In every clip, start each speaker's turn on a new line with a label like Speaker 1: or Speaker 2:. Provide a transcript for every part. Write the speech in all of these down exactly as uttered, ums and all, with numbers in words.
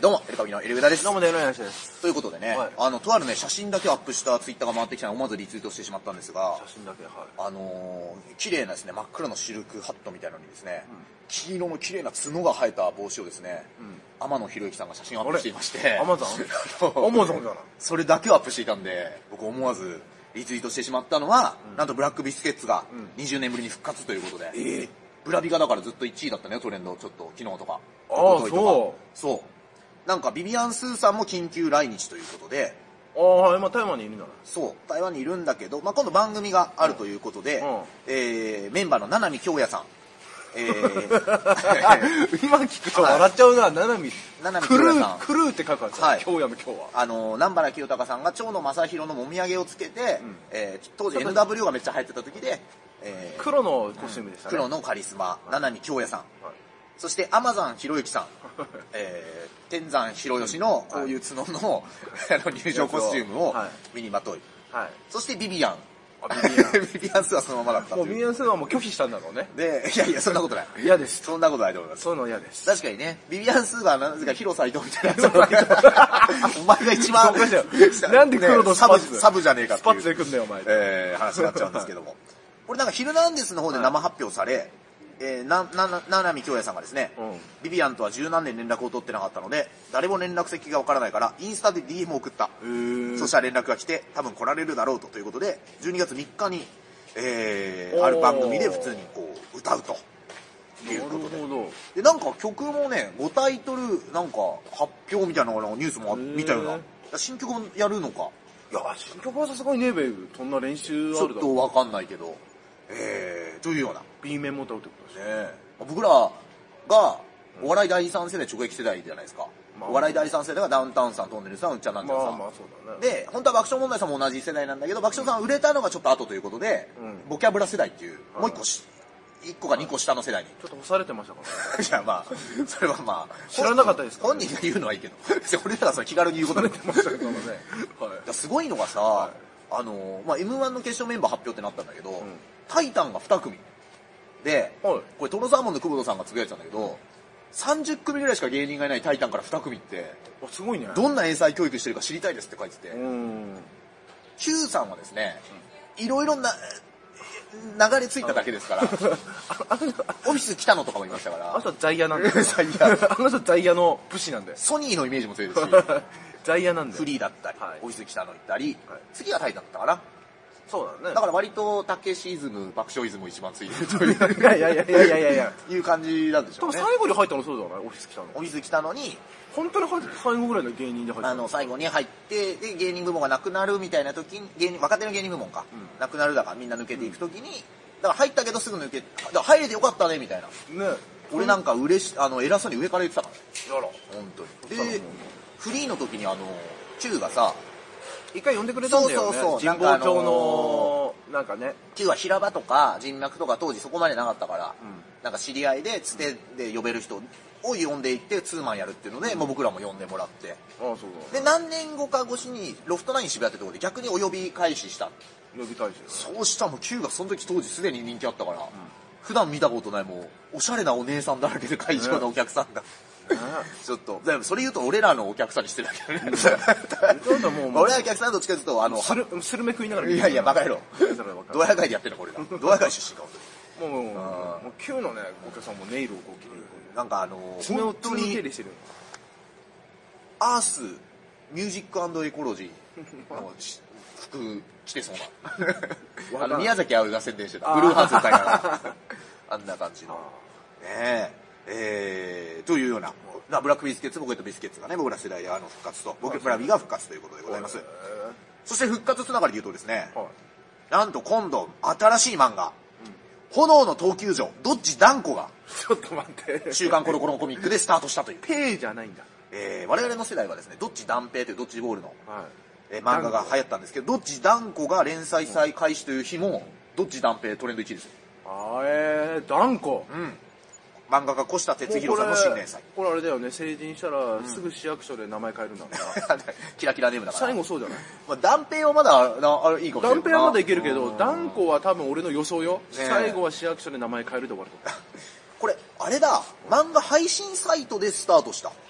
Speaker 1: ー、どうも、エルカビのエルウダです。
Speaker 2: どうも、エルウダです。
Speaker 1: ということでね、はい、あの、とあるね、写真だけアップしたツイッターが回ってきたのを思わずリツイートしてしまったんですが、
Speaker 2: 写真だけ、はい。
Speaker 1: あのー、綺麗なですね、真っ黒のシルクハットみたいなのにですね、うん、黄色の綺麗な角が生えた帽子をですね、うん、天野博之さんが写真をアップしていまして、
Speaker 2: アマゾンアマゾンじゃない。
Speaker 1: それだけをアップしていたんで、僕思わずリツイートしてしまったのは、うん、なんとブラックビスケッツがにじゅうねんぶりに復活ということで、うん、えー、ブラビがだからずっといちいだったね、トレンド、ちょっと昨日とか。
Speaker 2: ああ、そう。
Speaker 1: そう。なんかビビアン・スーさんも緊急来日ということで、
Speaker 2: ああ、はい、今台湾にいるんだね。
Speaker 1: そう、台湾にいるんだけど、まあ、今度番組があるということで、うんうん、えー、メンバーの七海京也さん、え
Speaker 2: ー、今聞くと笑っちゃうな、七海。
Speaker 1: 七海京也さん。
Speaker 2: クルーって書くんですよ、はい、京也の京は。
Speaker 1: あの、南原清隆さんが蝶野正宏のもみあげをつけて、うん、えー、当時 エヌダブリュー がめっちゃ流行ってた時で、
Speaker 2: えー、黒のコスチュームでしたね。
Speaker 1: 黒のカリスマ、七海京也さん。はい、そして、アマザン博之さん。えー、天山博義のこういう角の、はい、あの入場コスチュームを身にまとい。はい、そしてビビアン。ビビアン。ビビアンスーはそのままだった
Speaker 2: もうビビアンスーはもう拒否したんだろうね。
Speaker 1: で、いやいや、そんなことない。
Speaker 2: 嫌です。
Speaker 1: そんなことないと思います。
Speaker 2: そういうの嫌です。
Speaker 1: 確かにね、ビビアンスーはなぜかヒロサイトみたいなやつ。お前が一番、
Speaker 2: なんで黒の
Speaker 1: サブ、サブじゃねえかっていう。
Speaker 2: スパッツで行くんだよ、お前。
Speaker 1: えー、話になっちゃうんですけども。これなんかヒルナンデスの方で生発表され、えー、な、な、七海京也さんがですね、うん、ビビアンとは十何年連絡を取ってなかったので、誰も連絡先がわからないから、インスタで ディーエム を送った。そしたら連絡が来て、多分来られるだろうとということで、じゅうにがつみっかに、えー、ある番組で普通にこう、歌うと。いうことで。で、なんか曲もね、ごタイトル、なんか発表みたいなニュースも見たような。新曲もやるのか。
Speaker 2: いや、新曲はさすがにねえべ、そんな練習あるだろう。
Speaker 1: ちょっとわかんないけど。えー、というような。
Speaker 2: B 面も歌うってことですね。
Speaker 1: 僕らが、お笑い第三世代直撃世代じゃないですか。まあ、お笑い第三世代がダウンタウンさん、トンネルさん、うっちゃんなんちゃんさん。まあまあそうだね。で、本当は爆笑問題さんも同じ世代なんだけど、爆笑さん売れたのがちょっと後ということで、うん、ボキャブラ世代っていう、もう一個し、一個か二個下の世代に。
Speaker 2: ちょっと干されてましたからね。
Speaker 1: いや、まあ、それはまあ。
Speaker 2: 知らなかったですか、
Speaker 1: ね、本人が言うのはいいけど。俺らがそれ気軽に言うこと
Speaker 2: で。ましたけどね。
Speaker 1: はい。すごいのがさ、はい、あの、まあ、エムワン の決勝メンバー発表ってなったんだけど、うん、タイタンがに組。で、はい、これトロサーモンの久保田さんがつぶやいてたんだけど、さんじゅっくみぐらいしか芸人がいないタイタンからに組って、
Speaker 2: すごいね。
Speaker 1: どんな英才教育してるか知りたいですって書いてて、Q さんはですね、いろいろな、流れ着いただけですから、オフィス来たのとかもいましたから。
Speaker 2: あの人は在野なんで。在野。あの人は在野の武士なんで。
Speaker 1: ソニーのイメージも強いですし、
Speaker 2: 在野なんで。
Speaker 1: フリーだったり、はい、オフィス来たの行ったり、はい、次はタイタンだったかな。
Speaker 2: そうだね。
Speaker 1: だから割とたけしイズム、爆笑イズム一番ついてるという。
Speaker 2: いやいやいやいやいやいやいや。
Speaker 1: いう感じなんでしょうね。
Speaker 2: でも最後に入ったのそうだよね、オフィス来たの。
Speaker 1: オフィス来たのに、
Speaker 2: 本当に入って最後ぐらいの芸人で入った
Speaker 1: あの、最後に入って、で、芸人部門がなくなるみたいな時に、芸人、若手の芸人部門か。うん、なくなるだからみんな抜けていく時に、だから入ったけどすぐ抜け、だから入れてよかったね、みたいな。ね。俺なんか嬉し、あの、偉そうに上から言ってたから。
Speaker 2: やら。
Speaker 1: 本当に。で、フリーの時にあの、Q がさ、
Speaker 2: 一回呼んでくれたんだよね。そうそうそう。神保町の、なんかね。
Speaker 1: Q は平場とか人脈とか当時そこまでなかったから、うん、なんか知り合いで、つてで呼べる人を呼んでいって、ツーマンやるっていうので、うん、もう僕らも呼んでもらって。ああ、そうだ。で、何年後か越しに、ロフトナイン渋谷ってところで逆にお呼び開始した。
Speaker 2: 呼び開始、ね、
Speaker 1: そうしたらもう Q がその時当時すでに人気あったから、うん、普段見たことないもう、おしゃれなお姉さんだらけで会場のお客さんが。ちょっと、それ言うと俺らのお客さんにしてるだけだね。俺らお客さんどっちかというと、あの、
Speaker 2: スル、スルメ食いながら。
Speaker 1: いやいや、バカ野郎。ドヤ街でやってるの、これが。ドヤ街出身か、
Speaker 2: 本当に。もう、もう、もう、Q のね、お客さんもネイルをこう切る。
Speaker 1: なんかあの、
Speaker 2: 爪を手入れしてる。
Speaker 1: アース、ミュージック&エコロジーの服着てそうな。あの、宮崎あおいが宣伝してた。ブルーハーツ歌いながら。あんな感じの。ねえ。えー、というような、ブラックビスケッツ、ポケットビスケッツがね、僕ら世代であの復活と、僕らビが復活ということでございます。そして復活つながりで言うとですね、はい、なんと今度、新しい漫画、うん、炎の闘球場、ドッジダンコが、
Speaker 2: ちょっと待って、
Speaker 1: 週刊コロコロコミックでスタートしたという。
Speaker 2: ペーじゃないんだ。
Speaker 1: えー、我々の世代はですね、ドッジダンペイというドッジボールの、はい、えー、漫画が流行ったんですけど、ドッジダンコが連載再開始という日も、ドッジダンペイトレンドいちいですよ。
Speaker 2: あー、えー、ダンコ。
Speaker 1: うん。漫画家越田哲弘さんの新連載。
Speaker 2: これあれだよね、成人したらすぐ市役所で名前変えるんだから、うん、
Speaker 1: キラキラネームだから
Speaker 2: 最後そうじゃない。
Speaker 1: まあ、断平はまだなあいいかもしれない。
Speaker 2: 断平はまだいけるけど、断固は多分俺の予想よ、ね、最後は市役所で名前変えるで終わると
Speaker 1: これあれだ、漫画配信サイトでスタートした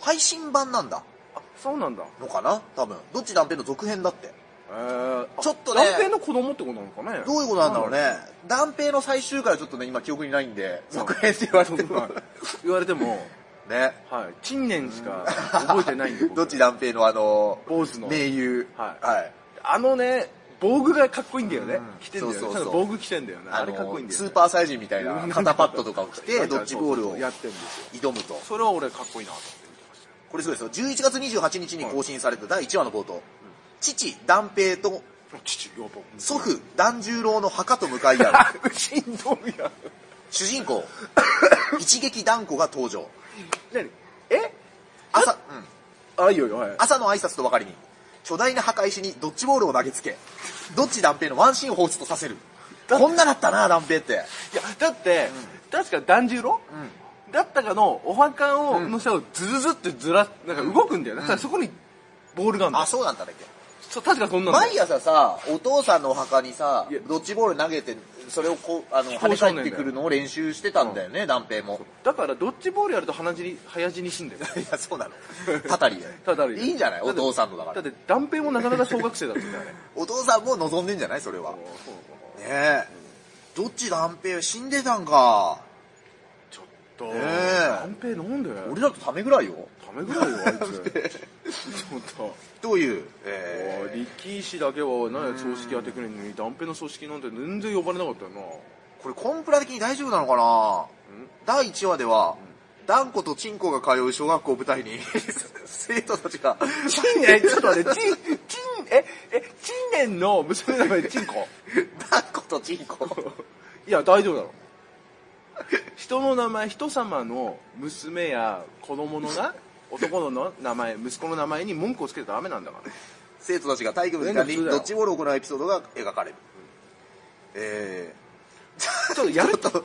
Speaker 1: 配信版なんだ。
Speaker 2: あ、そうなんだ。
Speaker 1: のかな多分。どっち断平の続編だって。
Speaker 2: えー、
Speaker 1: ちょっとね。
Speaker 2: 断平の子供ってことなのかね。
Speaker 1: どういうことなんだろうね。断平の最終回はちょっとね、今記憶にないんで、続編って言われても。
Speaker 2: 言われても、
Speaker 1: ね。
Speaker 2: はい。陳年しか覚えてないんで。
Speaker 1: どっち断平のあの、
Speaker 2: 坊主の。
Speaker 1: 名優。
Speaker 2: はい。
Speaker 1: はい。
Speaker 2: あのね、防具がかっこいいんだよね。着てんだよね。
Speaker 1: そうそうそう。
Speaker 2: 防具着てんだよね。あれかっこいいんだよね。
Speaker 1: スーパーサイジンみたいな肩パッドとかを着て、ドッジボールを
Speaker 2: やってんです
Speaker 1: よ。挑むと。
Speaker 2: それは俺かっこいいなと思って見てました。
Speaker 1: これそうですよ。じゅういちがつにじゅうはちにちに更新されただいいちわの冒頭。父、断平と、
Speaker 2: 父、
Speaker 1: 祖父、團十郎の墓と向かい合う。
Speaker 2: しんどいやん。
Speaker 1: 主人公、一撃断固が登場。
Speaker 2: 何え
Speaker 1: 朝、
Speaker 2: うん。あ、いいよ、はい。
Speaker 1: 朝の挨拶とばかりに、巨大な墓石にドッジボールを投げつけ、どっち断平のワンシーンを放出とさせる。こんなだったな、断平って。いや、
Speaker 2: だって、うん、確か團十郎、うん、だったかのお墓を、の下をズズズってずら、なんか動くんだよね。うん、だからそこにボールがあるんだよ。
Speaker 1: あ、そうなんだっけ。
Speaker 2: そう、確かそんなの。
Speaker 1: 毎朝さ、お父さんのお墓にさ、ドッジボール投げて、それをこう、あの、跳ね返ってくるのを練習してたんだよね、断平も。
Speaker 2: だから、ドッジボールやると鼻尻、早死に死んでる。
Speaker 1: いや、そうなの。たたりで。
Speaker 2: たたりで。
Speaker 1: いいんじゃないお父さんのだから。
Speaker 2: だって、断平もなかなか小学生だったんだよね。
Speaker 1: お父さんも望んでんじゃないそれは。ねえ。どっち断平死んでたんか。
Speaker 2: ちょっと、
Speaker 1: ねえ。
Speaker 2: 断平なんで
Speaker 1: 俺だとためぐらいよ。
Speaker 2: ためぐらいよ、あいつ。ちょっと。
Speaker 1: どういう、え
Speaker 2: ー、力士だけは何葬式やってくれんのに、断平の葬式なんて全然呼ばれなかったよな。
Speaker 1: これコンプラ的に大丈夫なのかな。だいいちわでは、断固とチンコが通う小学校を舞台に生徒たちが
Speaker 2: チンえちょっと待ってチンチンええチンネンの娘の名前チンコ
Speaker 1: 断固とチンコ
Speaker 2: いや大丈夫だろ。人の名前人様の娘や子供のな男の名前息子の名前に文句をつけてダメなんだから。
Speaker 1: 生徒たちが体育の時間にドッジボールを行うエピソードが描かれる。え
Speaker 2: ー、ちょっとやると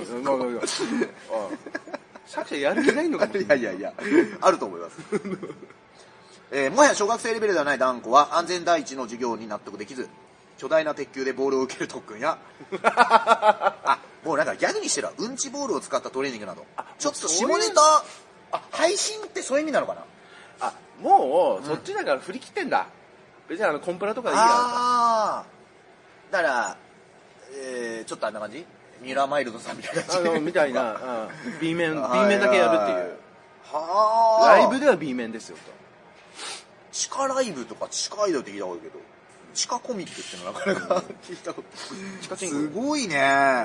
Speaker 2: 作者やる気ないのかもしれない。
Speaker 1: いやいやいや、あると思います。えー、もはや小学生レベルではない断固は安全第一の授業に納得できず、巨大な鉄球でボールを受ける特訓や、あ、もうなんかギャグにしてるわ。うんちボールを使ったトレーニングなど、ちょっと下ネタ、あ、配信ってそういう意味なのかな。
Speaker 2: あ、もうそっちだから振り切ってんだ。別にあのコンプラとかでいいや。
Speaker 1: あー、だから、えー、ちょっとあんな感じミュラーマイルドさんみたいな感じ
Speaker 2: あのみたいな、うん、B 面 B 面だけやるっていう。
Speaker 1: はあ。
Speaker 2: ライブでは B 面ですよと。
Speaker 1: 地下ライブとか地下アイドルって聞いたことあるけど、地下コミックっていうのなかなか聞いたこと。地下チンコ。すごいね。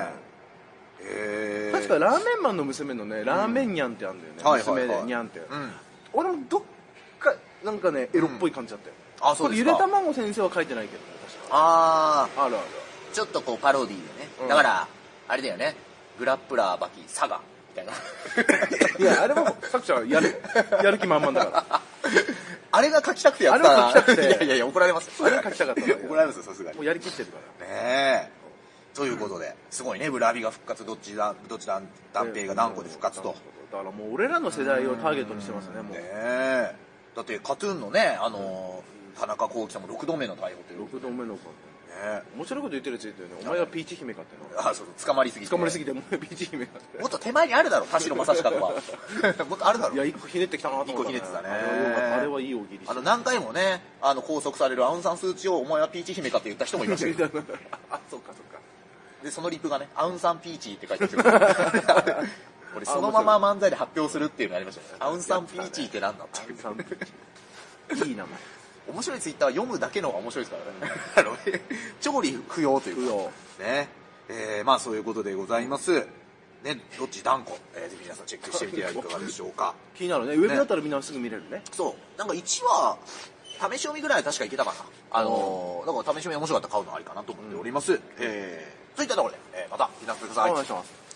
Speaker 1: へー。
Speaker 2: 確かラーメンマンの娘のね、ラーメンニャンってあるんだよね。うん、娘でニャンって、うん。俺もどっかなんかねエロっぽい感じだったよ。うん、あ、そうですか。ゆで卵先生は書いてないけど、ね、確か。
Speaker 1: ああ。
Speaker 2: あるある。
Speaker 1: ちょっとこうパロディーでね。うん、だから。あれだよね。グラップラーバキサガみたいな。
Speaker 2: いや、あれも作者はやる、やる気満々だから。
Speaker 1: あれが書きたくてやった。
Speaker 2: あれが書きたくて。
Speaker 1: いやいやいや、怒られます。
Speaker 2: あれが書きたかった。
Speaker 1: 怒られますよ、さすがに。
Speaker 2: もうやりきってるから。
Speaker 1: ねえ。ということで、すごいね、ブラビが復活、どっちだ、どっちだ、断平が断固で復活と。
Speaker 2: だからもう俺らの世代をターゲットにしてますね、もう。ね
Speaker 1: え。だってカトゥーンのね、あの、田中幸喜さんもろくどめの逮捕という。
Speaker 2: ろくどめのか。
Speaker 1: ね、
Speaker 2: 面白いこと言ってるやついたよね。お前はピーチ姫かって
Speaker 1: の。あ、そうそう、捕まりすぎて。
Speaker 2: 捕まりすぎて、もうピーチ姫かって。
Speaker 1: もっと手前にあるだろ、田代正親とか。もっとあるだろ。
Speaker 2: いや、一個ひねってきたなと思った、ね。
Speaker 1: 一個ひねってたね。
Speaker 2: あれはいい大喜利。
Speaker 1: あの、何回もね、あの、拘束されるアウンサンスーチーを、お前はピーチ姫かって言った人もいましたけど。
Speaker 2: あ、そっかそっか。
Speaker 1: で、そのリプがね、アウンサンピーチって書いてある。これ、そのまま漫才で発表するっていうのありましたね。アウンサンピーチって何だっていう。アウンサンピーチ。いい名前。面白いツイッターは読むだけの方が面白いですからね。あの、調理不要というか。不要。ね。えー、まあそういうことでございます。ね、どっち断固、えー、ぜひ皆さんチェックしてみてはいかがでしょうか。
Speaker 2: 気になるね。ウェブだったらみんなすぐ見れるね。
Speaker 1: そう。なんかいちわ、試し読みぐらいは確かいけたかな。あのー、だから試し読み面白かったら買うのありかなと思っております。うん、えー、そういったところで、えー、また、皆さんください。
Speaker 2: お願いします。